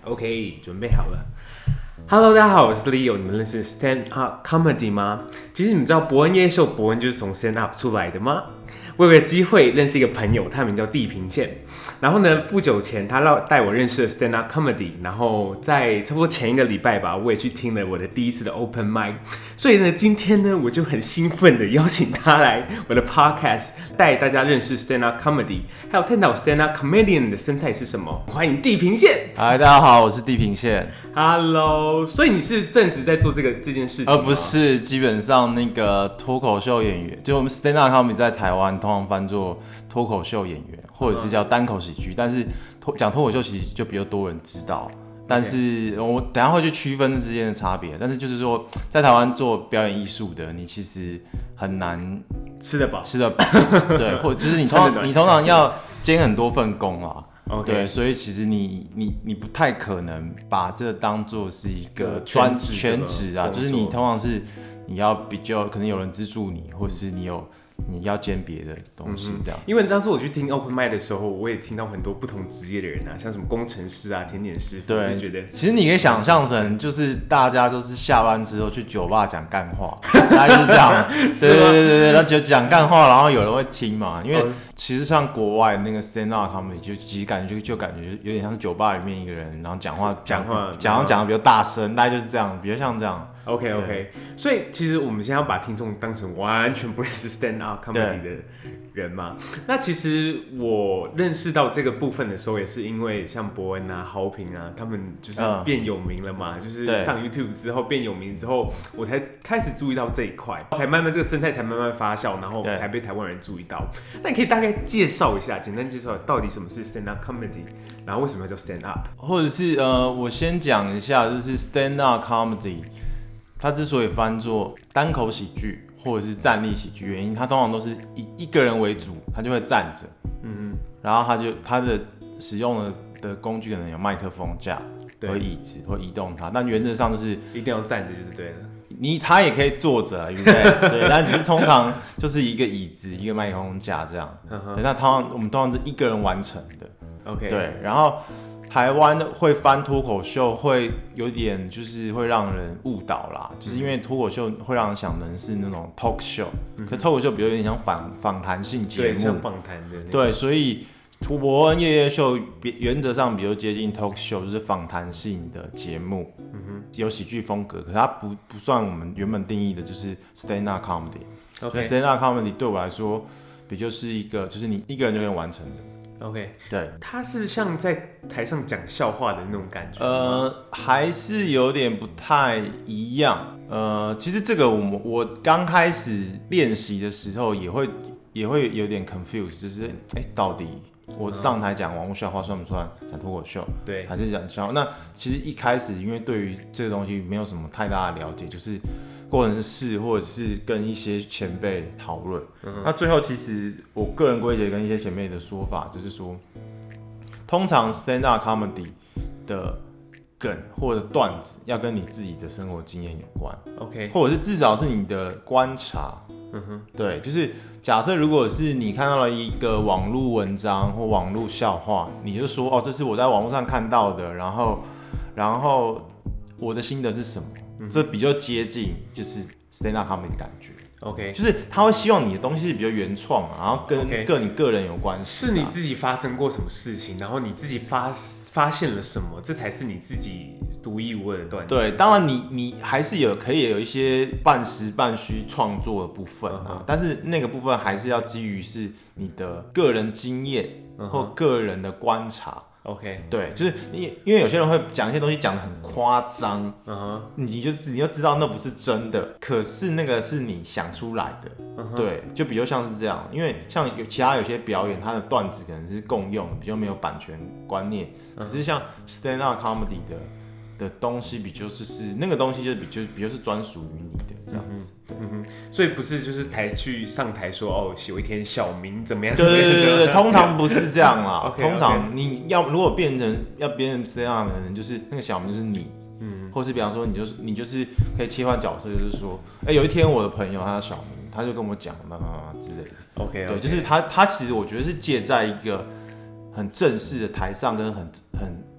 OK， 准备好了。Hello， 大家好，我是 Leo。你们认识 Stand Up Comedy 吗？其实你们知道伯恩夜秀，伯恩就是从 Stand Up 出来的吗？我有个机会认识一个朋友，他名叫地平线。然后呢，不久前他带我认识了 Stand Up Comedy， 然后在差不多前一个礼拜吧，我也去听了我的第一次的 Open Mic。所以呢，今天呢，我就很兴奋的邀请他来我的 Podcast， 带大家认识 Stand Up Comedy， 还有探讨 Stand Up Comedian 的生态是什么。欢迎地平线。 嗨，大家好，我是地平线。 Hello， 所以你是正职在做这件事情吗？ 不是，基本上那个脱口秀演员，就我们 Stand Up Comedy 在台湾通常翻作脱口秀演员，或者是叫单口喜剧，但是讲脱口秀其实就比较多人知道。但是我等一下会去区分之间的差别，但是就是说，在台湾做表演艺术的，你其实很难吃得饱， 对，或者就是你通常要兼很多份工啊。 Okay. 对，所以其实你不太可能把这当做是一个全职啊，就是你通常是你要比较可能有人资助你，或是你要兼别的东西这样。 因为当初我去听 Open Mic 的时候，我也听到很多不同职业的人啊，像什么工程师啊、甜点师傅， 对， 就觉得其实你可以想象成就是大家都是下班之后去酒吧讲干话，大概就是这样。对，然后就讲干话，然后有人会听嘛。因为其实像国外那个 stand up comedy， 其实感觉有点像是酒吧里面一个人，然后讲的比较大声，大概就是这样，比较像这样。 OK， 所以其实我们现在要把听众当成完全不认识 stand up comedy 的人嘛。那其实我认识到这个部分的时候，也是因为像伯恩啊、豪平啊，他们就是变有名了嘛，就是上 YouTube 之后变有名之后，我才开始注意到这一块，才慢慢这个生态才慢慢发酵，然后才被台湾人注意到。那你可以大概介绍一下，简单介绍到底什么是 stand up comedy， 然后为什么要叫 stand up， 或者是我先讲一下，就是 stand up comedy。它之所以翻作单口喜剧或者是站立喜剧，原因它通常都是以一个人为主，他就会站着，然后他的使用的工具可能有麦克风架和椅子或移动它，但原则上就是一定要站着就是对了。 他也可以坐着对，但只是通常就是一个椅子一个麦克风架这样。那我们通常是一个人完成的。 OK， 对，然后。台湾会翻脱口秀会有点就是会让人误导啦，就是因为脱口秀会让人想的是那种 talk show，可脱口秀比较有点像访谈性节目， 对，像访谈的。 对，所以伯恩夜秀原则上比较接近 talk show， 就是访谈性的节目，有喜剧风格，可是它不算我们原本定义的就是 stand up comedy。stand up comedy 对我来说，比就是一个就是你一个人就可以完成的。 OK， 对， 他是像在台上讲笑话的那种感觉。 还是有点不太一样。其实这个我刚开始练习的时候也会有点 confused， 就是到底我上台讲网络笑话算不算讲脱口秀？ 对， 还是讲笑话？那其实一开始因为对于这个东西没有什么太大的了解，就是过程式或者是跟一些前辈讨论。那最后其实我个人归结跟一些前辈的说法，就是说，通常 stand up comedy 的梗或者段子要跟你自己的生活经验有关 ，OK， 或者是至少是你的观察。对，就是假设如果是你看到了一个网络文章或网络笑话，你就说这是我在网络上看到的，然后我的心得是什么？这比较接近就是 stand up comedy 的感觉。 OK， 就是他会希望你的东西是比较原创，然后跟你个人有关系。 是你自己发生过什么事情，然后你自己发现了什么，这才是你自己独一无二的段子。 对，当然你还是可以有一些半实半虚创作的部分但是那个部分还是要基于是你的个人经验或个人的观察。 OK， 对，就是因为有些人会讲一些东西讲得很夸张，你就知道那不是真的，可是那个是你想出来的，对，就比较像是这样。因为像有些表演，它的段子可能是共用的，比较没有版权观念，可是像 stand up comedy 的东西，比就是那个东西就比较是专属于你的这样子。 所以不是就是去上台说有一天小明怎么样？ 对，通常不是这样啦。 okay, 通常你如果变成 stand up 的人，就是那个小明就是你，或是比方说你就是可以切换角色，就是说，有一天我的朋友他是小明，他就跟我讲之类的。 OK， 对，就是他其实我觉得是介在一个很正式的台上跟很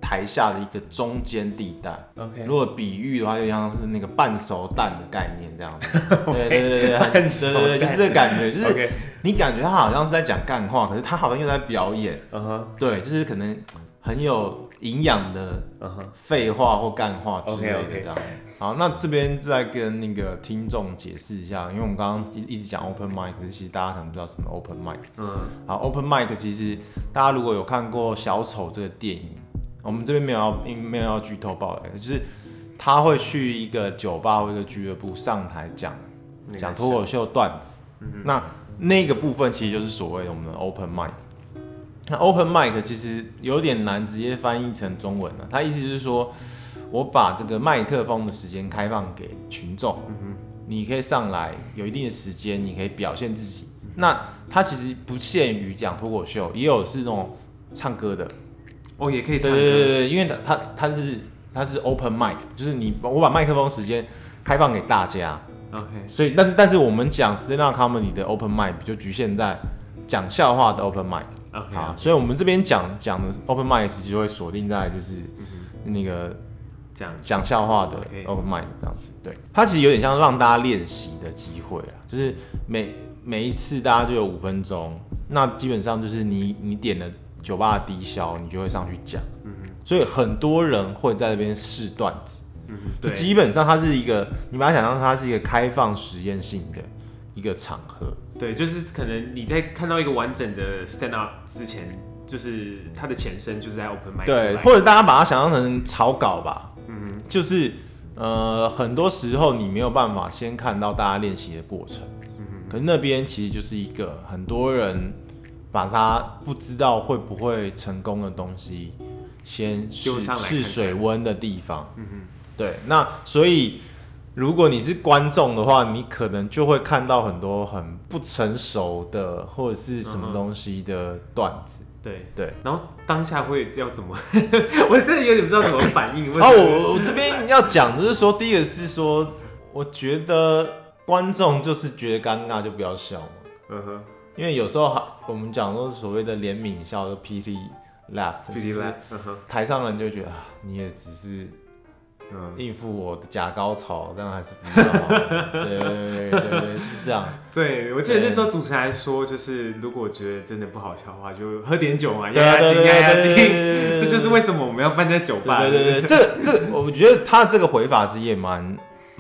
台下的一个中间地带。 OK， 如果比喻的话，就像是那个半熟蛋的概念这样子。对， 半熟蛋对，就是这个感觉，就是 OK 你感觉他好像是在讲干话，可是他好像又在表演。对，就是可能很有营养的废话或干话之类的这样。好，那这边再跟那个听众解释一下，因为我们刚刚一直讲 open mic， 可是其实大家可能不知道什么 open mic。好 ，open mic 其实大家如果有看过小丑这个电影，我们这边没有要剧透爆雷，就是他会去一个酒吧或一个俱乐部上台讲脱口秀段子，那个部分其实就是所谓的我们的 open mic。那 open mic 其实有点难直接翻译成中文了，它意思就是说，我把这个麦克风的时间开放给群众，你可以上来，有一定的时间，你可以表现自己。那它其实不限于讲脱口秀，也有是那种唱歌的， 也可以唱歌。 对，因为它是 open mic， 就是我把麦克风时间开放给大家。 OK， 所以但是我们讲 stand up comedy 的 open mic 就局限在讲笑话的 open mic。OK， 好，所以我们这边讲的 open mic 其实就会锁定在就是那个讲笑话的 open mic 这样子。对，它其实有点像让大家练习的机会啦，就是每一次大家就有5分钟，那基本上就是你点了酒吧的低消，你就会上去讲。所以很多人会在这边试段子。对，基本上它是一个，你把它想象它是一个开放实验性的一个场合。 对，就是可能你在看到一个完整的 stand up 之前，就是它的前身就是在 open mic。 对，或者大家把它想象成草稿吧。就是很多时候你没有办法先看到大家练习的过程。可是那边其实就是一个很多人把他不知道会不会成功的东西先试水温的地方。对，那所以如果你是观众的话，你可能就会看到很多很不成熟的或者是什么东西的段子。对， 然后当下会要怎么？我真的有点不知道怎么反应。 我这边要讲的是说，第一个是说，我觉得观众就是觉得尴尬就不要笑嘛。因为有时候我们讲说所谓的怜悯笑，就 pity laugh， 台上人就觉得你也只是应付我的假高潮，这样还是不要好。对，就是这样。 对，我记得那时候主持人还说，就是如果觉得真的不好笑的话，就喝点酒嘛，压压惊。这就是为什么我们要办在酒吧。 对，这个我觉得他这个回法其实也蛮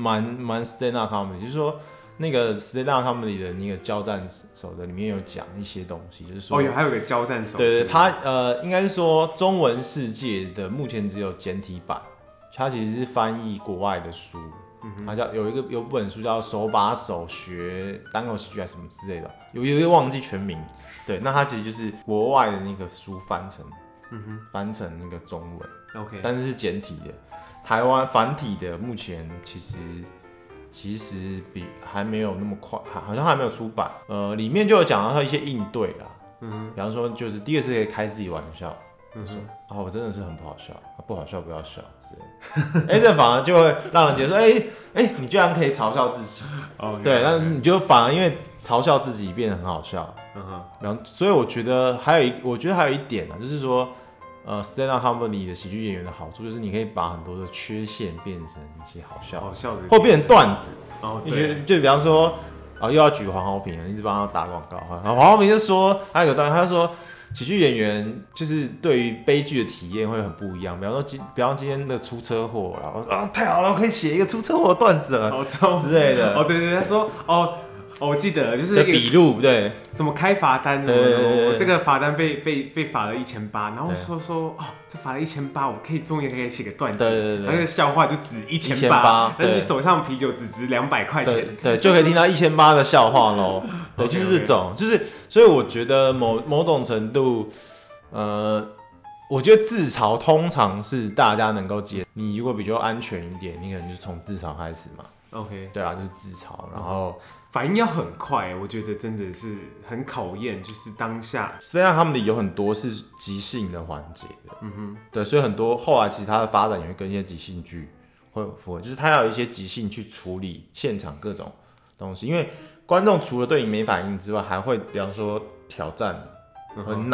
stand up comedy， 就是说那个 stand up comedy 的那个交战手的里面有讲一些东西，就是说还有个交战手。 对，他应该是说中文世界的目前只有简体版。它其实是翻译国外的书，它有本书叫《手把手学单口喜剧》还是什么之类的，有点忘记全名。对，那它其实就是国外的那个书翻成那个中文 ，OK， 但是是简体的。台湾繁体的目前其实比还没有那么快，好像还没有出版。里面就有讲到它一些应对啦，比方说就是第一个是可以开自己玩笑。说我真的是很不好笑，不好笑不要笑之类的。这反而就会让人觉得说，你居然可以嘲笑自己。对，但是你就反而因为嘲笑自己变得很好笑。然后所以我觉得还有一点呢，就是说stand up comedy 的喜剧演员的好处就是你可以把很多的缺陷变成一些好笑的，或变成段子。你觉得就比方说又要举黄豪平，一直帮他打广告。黄豪平就说他有个段子，他说。喜剧演员就是对于悲剧的体验会很不一样，比方今天的出车祸，然后太好了，我可以写一个出车祸的段子了之类的。 对，他说我记得就是一个笔录，对， 什么开罚单，我这个罚单被罚了1800，然后说这罚了1800，我终于可以写个段子，对，那个笑话就值1800，但是你手上啤酒只值200块钱， 对，就可以听到1800的笑话咯。对，就是这种，就是所以我觉得某种程度，我觉得自嘲通常是大家能够接，你如果比较安全一点，你可能就是从自嘲开始嘛。 OK， 对啊，就是自嘲，然后反应要很快，我觉得真的是很考验，就是当下。 虽然他们里有很多是即兴的环节的，对，所以很多后来其实它的发展也会跟一些即兴剧会符合，就是它要有一些即兴去处理现场各种东西，因为观众除了对你没反应之外，还会比方说挑战、很闹，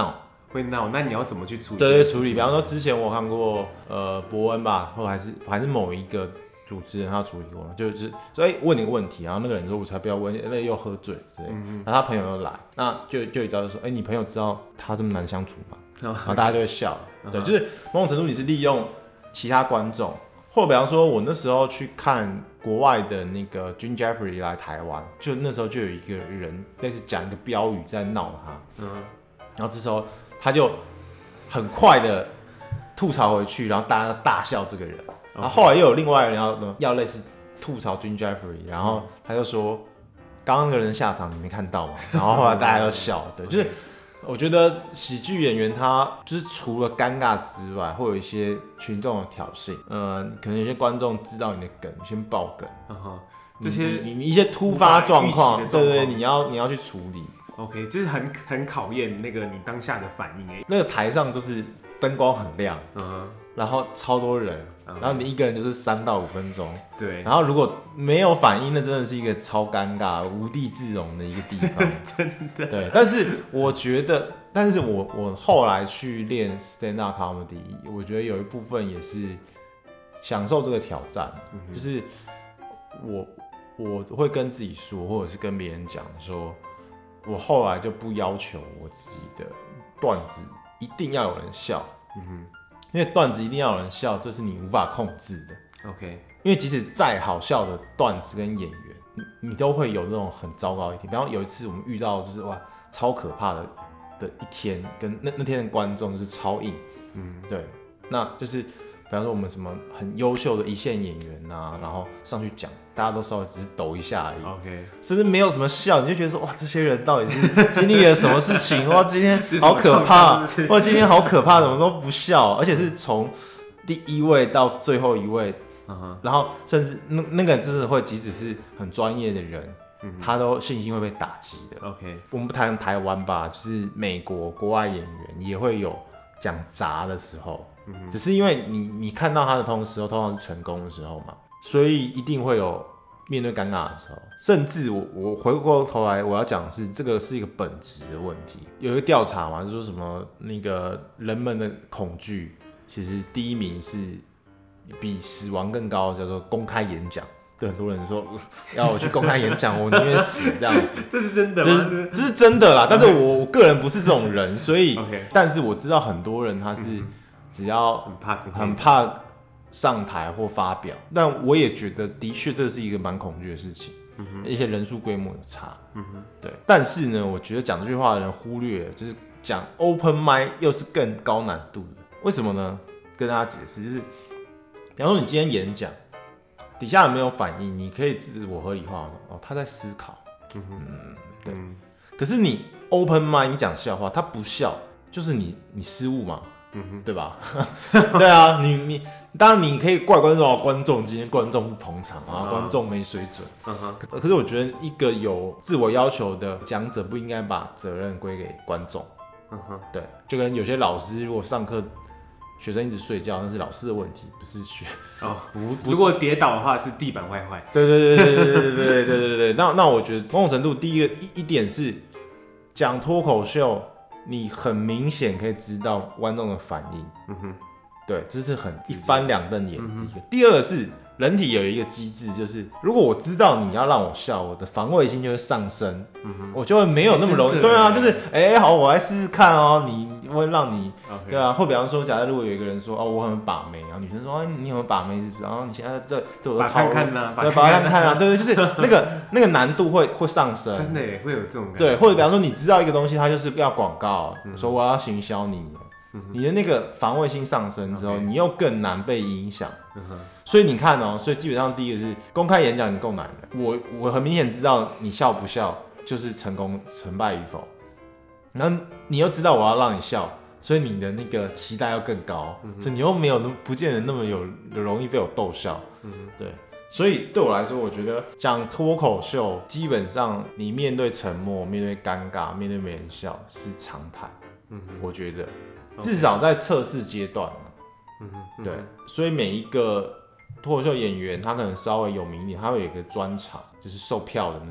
会闹，那你要怎么去处理？ 对，处理。比方说之前我看过伯恩吧，或还是某一个主持人他处理过，就是说问你个问题，然后那个人说我才不要问，因为又喝醉之类的，然后他朋友又来，那就一招就说，你朋友知道他这么难相处吗？然后大家就会笑了。对，就是某种程度你是利用其他观众，或者比方说我那时候去看国外的那个 Jim Jeffrey 来台湾，就那时候就有一个人类似讲一个标语在闹他，然后这时候他就很快的吐槽回去，然后大家大笑这个人。然后后来又有另外一个人要类似吐槽 Jim Jeffrey， 然后他就说刚刚那个人下场你没看到吗？然后后来大家都笑，对，就是我觉得喜剧演员他就是除了尴尬之外，会有一些群众的挑衅，可能有些观众知道你的梗，先爆梗， 这些你一些突发状况，对，你要去处理。 OK， 这是很考验那个你当下的反应。 那个台上就是灯光很亮，然后超多人，然后你一个人就是3到5分钟， 对。 然后如果没有反应，那真的是一个超尴尬、无地自容的一个地方， 真的。 对，但是我觉得，我后来去练 stand up comedy， 我觉得有一部分也是享受这个挑战，就是我会跟自己说，或者是跟别人讲说。我后来就不要求我自己的段子一定要有人笑，因为段子一定要有人笑，这是你无法控制的。 OK， 因为即使再好笑的段子跟演员，你都会有那种很糟糕的一天。比方有一次我们遇到就是超可怕的一天，跟那天的观众就是超硬，对，那就是比方说我们什么很优秀的一线演员啊，然后上去讲。大家都稍微只是抖一下而已 ，OK， 甚至没有什么笑，你就觉得说哇，这些人到底是经历了什么事情？哇，今天好可怕，或者今天好可怕，怎么都不笑，而且是从第一位到最后一位，然后甚至那个真的会，即使是很专业的人，他都信心会被打击的。 OK， 我们不谈台湾吧，就是美国国外演员也会有讲砸的时候，只是因为你看到他的同时候，通常是成功的时候嘛。所以一定会有面对尴尬的时候，甚至我回过头来我要讲的是，这个是一个本质的问题。有一个调查嘛，就说什么那个人们的恐惧，其实第一名是比死亡更高，叫做公开演讲。对很多人说要我去公开演讲，我宁愿死这样子。 这是真的吗？ 这是真的啦，但是我个人不是这种人，所以但是我知道很多人他是只要很怕。上台或发表，但我也觉得的确这是一个蛮恐惧的事情，一些人数规模有差，对。但是呢，我觉得讲这句话的人忽略了，就是讲 open mic 又是更高难度的，为什么呢？跟大家解释，就是比方说你今天演讲，底下有没有反应，你可以自我合理化吗？他在思考，对。可是你 open mic 你讲笑话，他不笑，就是你失误嘛。对吧？对啊，你当然你可以怪观众，观众今天观众不捧场啊，观众没水准。可是我觉得一个有自我要求的讲者不应该把责任归给观众。对，就跟有些老师如果上课学生一直睡觉，那是老师的问题，不是如果跌倒的话是地板坏。 对。那我觉得某种程度第一点是讲脱口秀。你很明显可以知道观众的反应，对，这是很一翻两瞪眼的一个。第二个是人体有一个机制，就是如果我知道你要让我笑，我的防卫心就会上升，我就会没有那么容易。对啊，就是好，我来试试看哦，你会让你对啊，或比方说，假设如果有一个人说我很把妹，然后女生说你有没有把妹是不是？然后你现在这对我的看看呐， 对，把看看啊，对，就是那个难度会上升， 真的也会有这种感觉。 对，或者比方说你知道一个东西，它就是要广告，说我要行销你。你的那个防卫性上升之后，你又更难被影响。所以你看所以基本上第一个是公开演讲，你够难的。我很明显知道你笑不笑就是成败与否，然后你又知道我要让你笑，所以你的那个期待要更高，所以你又没有不见得那么有容易被我逗笑。对，所以对我来说，我觉得讲脱口秀，基本上你面对沉默、面对尴尬、面对没人笑是常态。我觉得。至少在测试阶段对，所以每一个脱口秀演员，他可能稍微有名一点，他会有一个专场，就是售票的那种，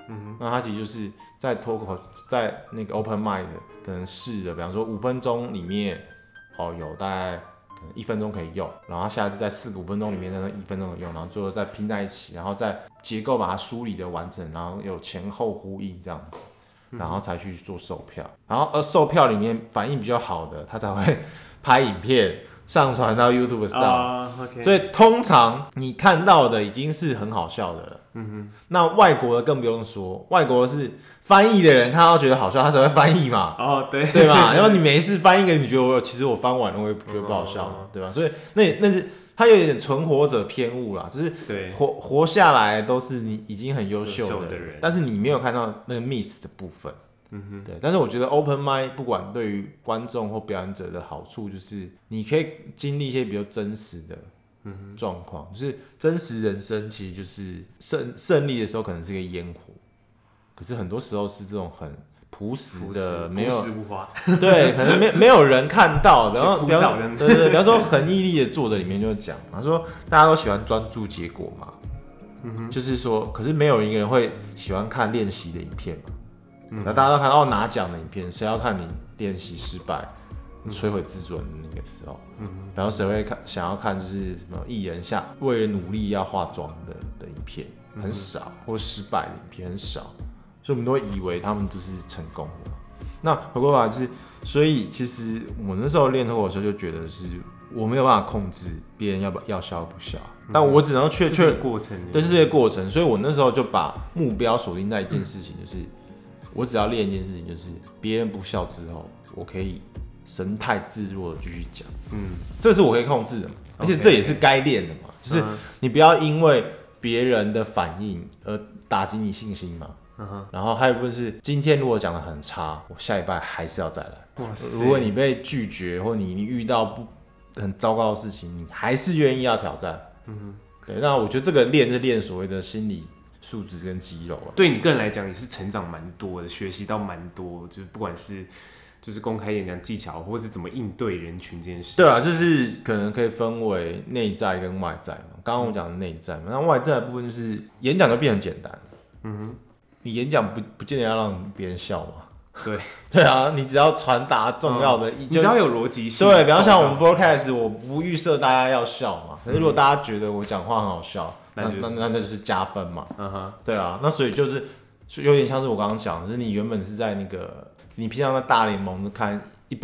那他其实就是在脱口在那个 open mic 可能试了，比方说5分钟里面有大概可能1分钟可以用，然后下次在4个5分钟里面再1分钟的用，然后最后再拼在一起，然后再结构把它梳理的完整，然后有前后呼应这样子，然后才去做售票，然后售票里面反应比较好的，他才会拍影片上传到 YouTube 上，所以通常你看到的已经是很好笑的了。那外国的更不用说，外国是翻译的人看到觉得好笑，他才会翻译嘛。 对吧？因为你每一次翻译一个，你觉得其实我翻完了，我也觉得不好笑嘛，对吧？所以那是他有点存活者偏误啦，只是活下来都是你已经很优秀的人，但是你没有看到那个 miss 的部分。对，但是我觉得 open mic 不管对于观众或表演者的好处，就是你可以经历一些比较真实的状况，就是真实人生其实就是胜利的时候可能是个烟火，可是很多时候是这种很朴实的，没有无华， 对，可能没有人看到，然后比方说恒毅力的作者里面就讲，他说大家都喜欢专注结果嘛，就是说，可是没有一个人会喜欢看练习的影片嘛。那大家都看到拿奖的影片，谁要看你练习失败、摧毁自尊的那个时候？然后谁会想要看就是什么艺人为了努力要化妆的影片，很少，或失败的影片很少，所以我们都会以为他们都是成功的。那回过来就是，所以其实我那时候练脱口秀就觉得是我没有办法控制别人要笑不笑，但我只能确过程， 对，是这个过程，所以我那时候就把目标锁定在一件事情，就是。我只要练一件事情，就是别人不笑之后，我可以神态自若的继续讲，这是我可以控制的嘛，而且这也是该练的嘛，就是你不要因为别人的反应而打击你信心嘛，然后还有一部分是，今天如果讲得很差，我下礼拜还是要再来。如果你被拒绝，或你遇到很糟糕的事情，你还是愿意要挑战，对，那我觉得这个练是练所谓的心理素质跟肌肉， 对你个人来讲也是成长蛮多的，学习到蛮多，就是不管是就是公开演讲技巧，或是怎么应对人群这件事情。 对啊，就是可能可以分为内在跟外在嘛。刚刚我讲的内在嘛，那外在的部分就是演讲就变很简单。你演讲不见得要让别人笑嘛。对啊，你只要传达重要的， 你只要有逻辑性。 对，比方像我们 broadcast， 我不预设大家要笑嘛。可是如果大家觉得我讲话很好笑，那就是加分嘛。对啊，那所以就是有点像是我刚刚讲的，就是你原本是在那个你平常在大联盟看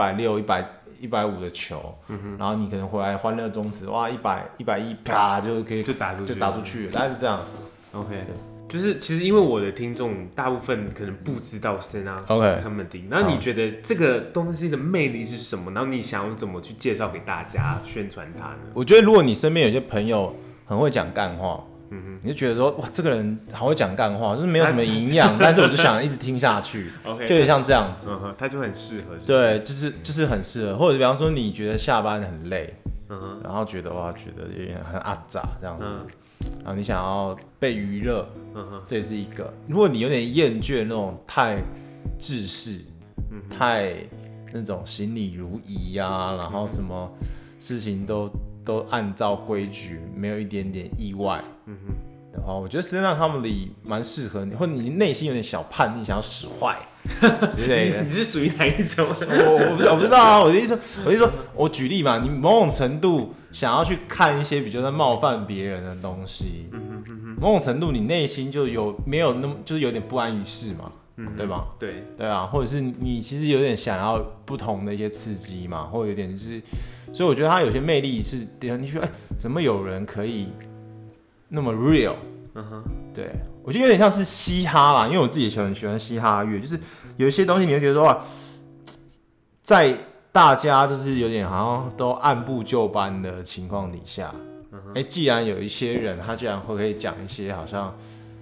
160、150的球，然后你可能回来欢乐中时，哇100、110，啪就可以就打出去了，大概是这样。 OK， 就是其实因为我的听众大部分可能不知道 stand up comedy， 那你觉得这个东西的魅力是什么？然后你想要怎么去介绍给大家宣传它呢？ 我觉得如果你身边有些朋友很会讲干话，你就觉得说哇，这个人好会讲干话，就是没有什么营养，但是我就想一直听下去，就有点像这样子， 他就很适合， 对，就是很适合，或者比方说你觉得下班很累，然后觉得有点很阿杂这样子，然后你想要被娱乐，这也是一个。如果你有点厌倦那种太制式，太那种行礼如仪啊，然后什么事情都按照规矩，没有一点点意外，然后我觉得 stand up comedy 蛮适合你，或者你内心有点小叛逆，想要使坏之类的。 你是属于哪一种？ 我不知道啊。我的意思说，我举例嘛，你某种程度想要去看一些比较在冒犯别人的东西，某种程度你内心就没有那么就是有点不安于世嘛，对吧？对啊，或者是你其实有点想要不同的一些刺激嘛，或者有点就是，所以我觉得他有些魅力是，你觉得怎么有人可以那么 real？对，我觉得有点像是嘻哈啦，因为我自己很喜欢嘻哈乐，就是有一些东西你会觉得说哇，在大家就是有点好像都按部就班的情况底下，既然有一些人他居然会可以讲一些好像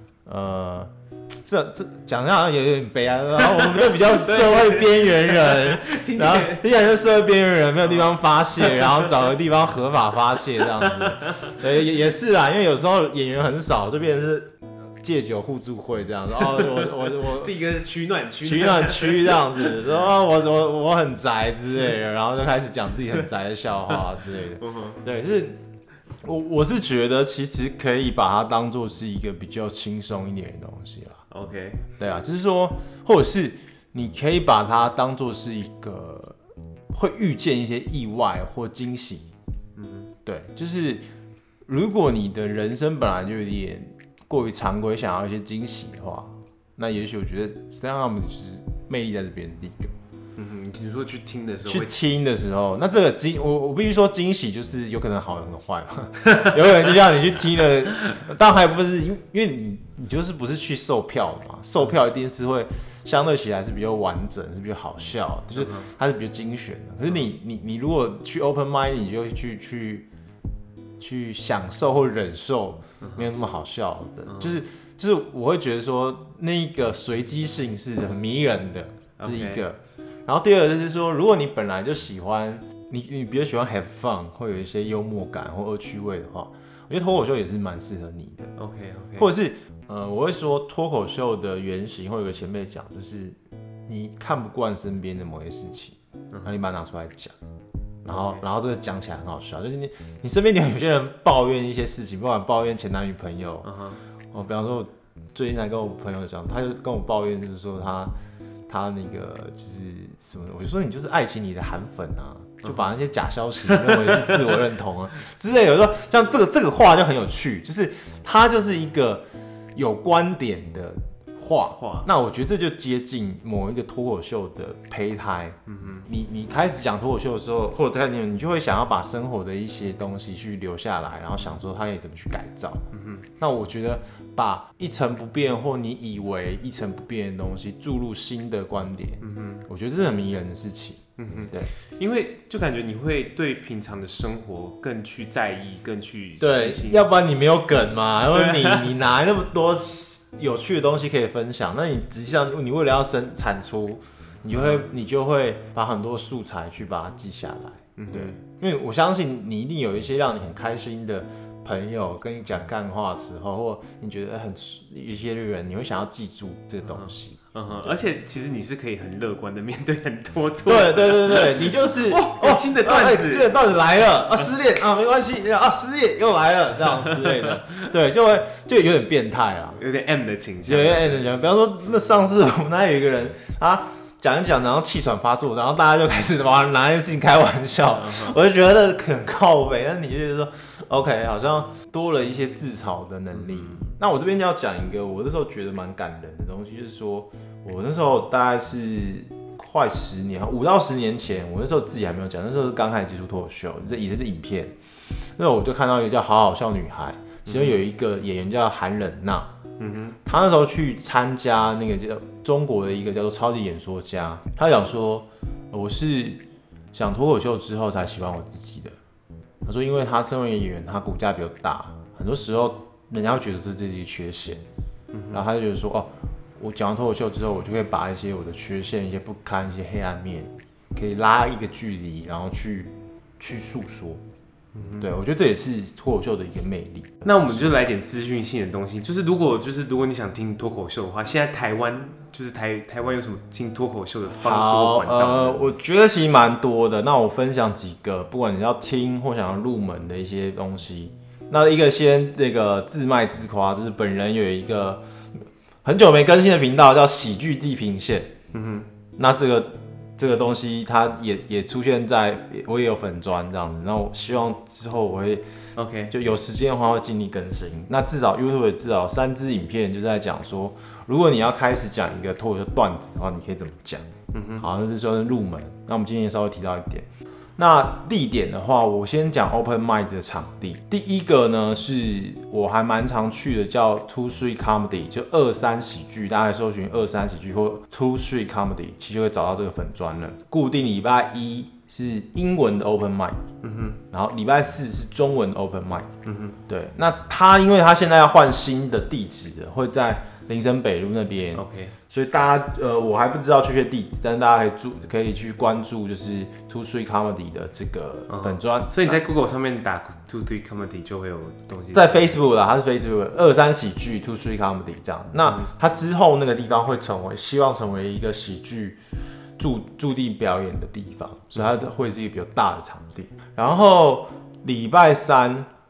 这讲的好像有点悲哀，然后我们就比较社会边缘人，然后听起来是社会边缘人，没有地方发泄，然后找个地方合法发泄这样子。对，也是啊，因为有时候演员很少，就变成是戒酒互助会这样子。我这个取暖区这样子，然后我很宅之类的，然后就开始讲自己很宅的笑话之类的。对，就是我是觉得其实可以把它当作是一个比较轻松一点的东西啦。 OK， 对啊，就是说，或者是你可以把它当做是一个会遇见一些意外或惊喜。对，就是如果你的人生本来就有点过于常规，想要一些惊喜的话，那也许我觉得 stand up 就是魅力在这边第一个。 你说去听的时候， 去听的时候，那这个我必须说惊喜就是有可能好有可能坏嘛，有可能就像你去听了，当然还不是因为你就是不是去售票的嘛，售票一定是会相对起来是比较完整，是比较好笑，就是它是比较精选的。可是你如果去 open mind， 你就去享受或忍受没有那么好笑的，就是我会觉得说那个随机性是很迷人的，这是一个。然后第二个就是说，如果你本来就喜欢你比较喜欢 have fun， 会有一些幽默感或恶趣味的话，我觉得脱口秀也是蛮适合你的。 OK， 或者是我会说脱口秀的原型，会有个前辈讲，就是你看不惯身边的某些事情，然后你把它拿出来讲。然后这个讲起来很好笑，就是你身边有些人抱怨一些事情，不管抱怨前男女朋友，比方说我最近才跟我朋友讲，他就跟我抱怨，就是说他那个就是什么，我就说你就是爱情里的韩粉啊，就把那些假消息认为是自我认同啊之类的。有时候像这个话就很有趣，就是他就是一个有观点的话，那我觉得这就接近某一个脱口秀的胚胎。你开始讲脱口秀的时候，或者你就会想要把生活的一些东西去留下来，然后想说它可以怎么去改造。那我觉得把一成不变或你以为一成不变的东西注入新的观点，我觉得这是很迷人的事情。对， 因为就感觉你会对平常的生活更去在意，更去对，要不然你没有梗嘛，要不然你哪来那么多有趣的东西可以分享？那你实际上你为了要产出，你就会把很多素材去把它记下来。对，因为我相信你一定有一些让你很开心的朋友跟你讲干话的时候，或你觉得一些人，你会想要记住这个东西。 而且其实你是可以很乐观的面对很多挫折。 对，你就是新的段子， 这个段子来了啊，失恋啊没关系啊，失业又来了这样之类的，对，就有点变态啦， 有点 M 的倾向， 有点 M 的倾向。比方说，那上次我们那有一个人讲一讲，然后气喘发作，然后大家就开始拿一些事情开玩笑，我就觉得很靠北。但你就觉得说 ，OK， 好像多了一些自嘲的能力。那我这边就要讲一个我那时候觉得蛮感人的东西，就是说我那时候大概是快10年，5到10年前，我那时候自己还没有讲，那时候刚开始接触脱口秀，这也是影片。那时候我就看到一个叫《好好笑女孩》，其中有一个演员叫韩忍娜。他那时候去参加那个叫中国的一个叫做超级演说家，他讲说我是想脱口秀之后才喜欢我自己的。他说因为他身为演员，他骨架比较大，很多时候人家会觉得是自己缺陷，然后他就觉得说我讲完脱口秀之后，我就可以把一些我的缺陷、一些不堪、一些黑暗面，可以拉一个距离，然后去诉说。对，我觉得这也是脱口秀的一个魅力。 那我们就来点资讯性的东西，就是如果你想听脱口秀的话，现在台湾有什么听脱口秀的方式或管道？ 我觉得其实蛮多的。那我分享几个，不管你要听或想要入门的一些东西。那一个先这个自卖自夸，就是本人有一个很久没更新的频道叫喜剧地平线。那这个东西它也出现在我也有粉专这样子，那我希望之后我会 OK 就有时间的话会尽力更新。那至少 YouTube 至少3支影片就在讲说，如果你要开始讲一个脱口秀段子的话，你可以怎么讲？好，那就说入门。那我们今天也稍微提到一点。那地点的话，我先讲 Open Mic 的场地。第一个呢，是我还蛮常去的，叫 Two Three Comedy， 就23喜剧，大家搜寻23喜剧或 Two Three Comedy， 其实就会找到这个粉专了。固定礼拜1是英文的 Open Mic，然后礼拜4是中文 Open Mic，对。那因为他现在要换新的地址了，会在林森北路那边 ，OK， 所以大家我还不知道确切地址，但是大家可以去关注就是 Two Three Comedy 的这个粉专。 所以你在 Google 上面打 Two Three Comedy 就会有东西。 在 Facebook 啦，它是 Facebook 23喜剧 Two Three Comedy 这样。那它之后那个地方会希望成为一个喜剧驻地表演的地方，所以它会是一个比较大的场地。然后礼拜3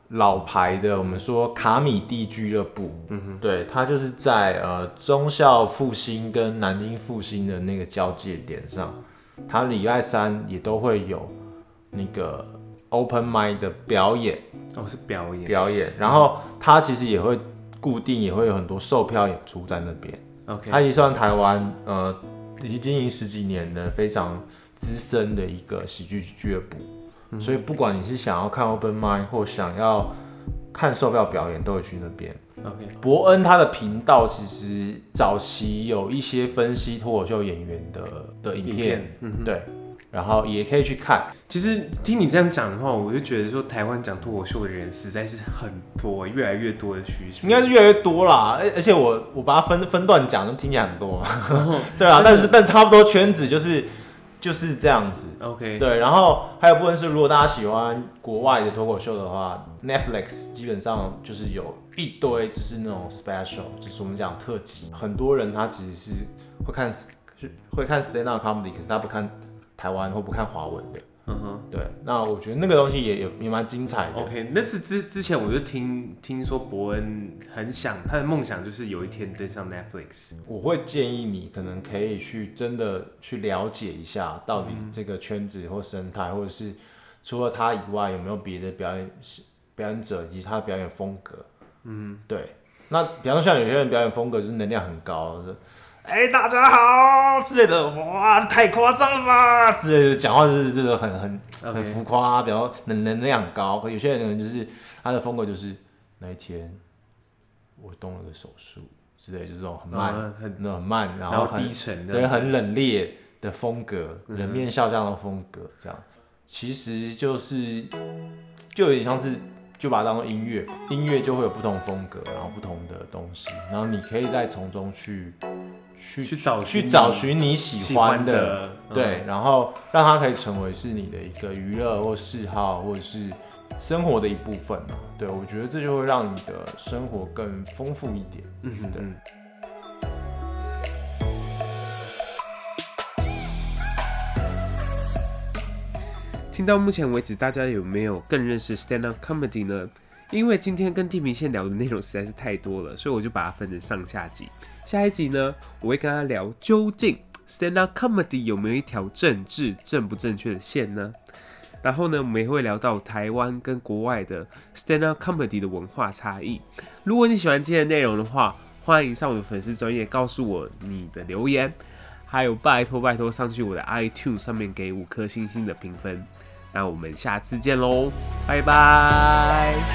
老牌的，我们说卡米蒂俱乐部，对，它就是在忠孝复兴跟南京复兴的那个交界点上，它礼拜三也都会有那个 open mic 的表演， 是表演， 然后它其实也会固定，也会有很多售票演出在那边。 OK， 它已经算台湾已经经营10几年的非常资深的一个喜剧俱乐部。所以不管你是想要看 open mic 或想要看售票表演，都会去那边。 OK， 伯恩他的频道其实早期有一些分析脱口秀演员的影片，对，然后也可以去看。 其实听你这样讲的话，我就觉得说台湾讲脱口秀的人实在是很多，越来越多的趋势。 应该是越来越多啦，而且我把它分段讲，就听起来很多嘛。对啊，但差不多圈子就是这样子 ，OK， 对，然后还有部分是，如果大家喜欢国外的脱口秀的话 ，Netflix 基本上就是有一堆就是那种 special， 就是我们讲特辑。很多人他其实是会看 stand up comedy， 可是他不看台湾或不看华文的。对，那我觉得那个东西也蛮精彩的。 OK， 那是之前我就听说伯恩他的梦想就是有一天登上 Netflix。 我会建议你可能可以真的去了解一下，到底这个圈子或生态，或者是除了他以外有没有别的表演者以及他的表演风格。对。那比方说像有些人表演风格就是能量很高。大家好之类的，哇，太夸张了吧之类的，讲话就是这个很浮夸，比较能量很高。可有些人可能就是他的风格就是那一天我动了个手术之类，就是这种很慢，然后低沉的， 对，很冷冽的风格，冷面笑匠的风格，这样其实就有點像是。就把它当做音乐，音乐就会有不同风格，然后不同的东西，然后你可以再从中去找寻你喜欢的，对，然后让它可以成为是你的一个娱乐或嗜好，或者是生活的一部分嘛。对，我觉得这就会让你的生活更丰富一点。对。 听到目前为止，大家有没有更认识 stand up comedy 呢？因为今天跟地平线聊的内容实在是太多了，所以我就把它分成上下集。下一集呢，我会跟他聊究竟 stand up comedy 有没有一条正不正确的线呢？然后呢，我们也会聊到台湾跟国外的 stand up comedy 的文化差异。如果你喜欢今天的内容的话，欢迎上我的粉丝专页告诉我你的留言，还有拜托上去我的 iTunes 上面给5颗星星的评分。那我们下次见喽，拜拜。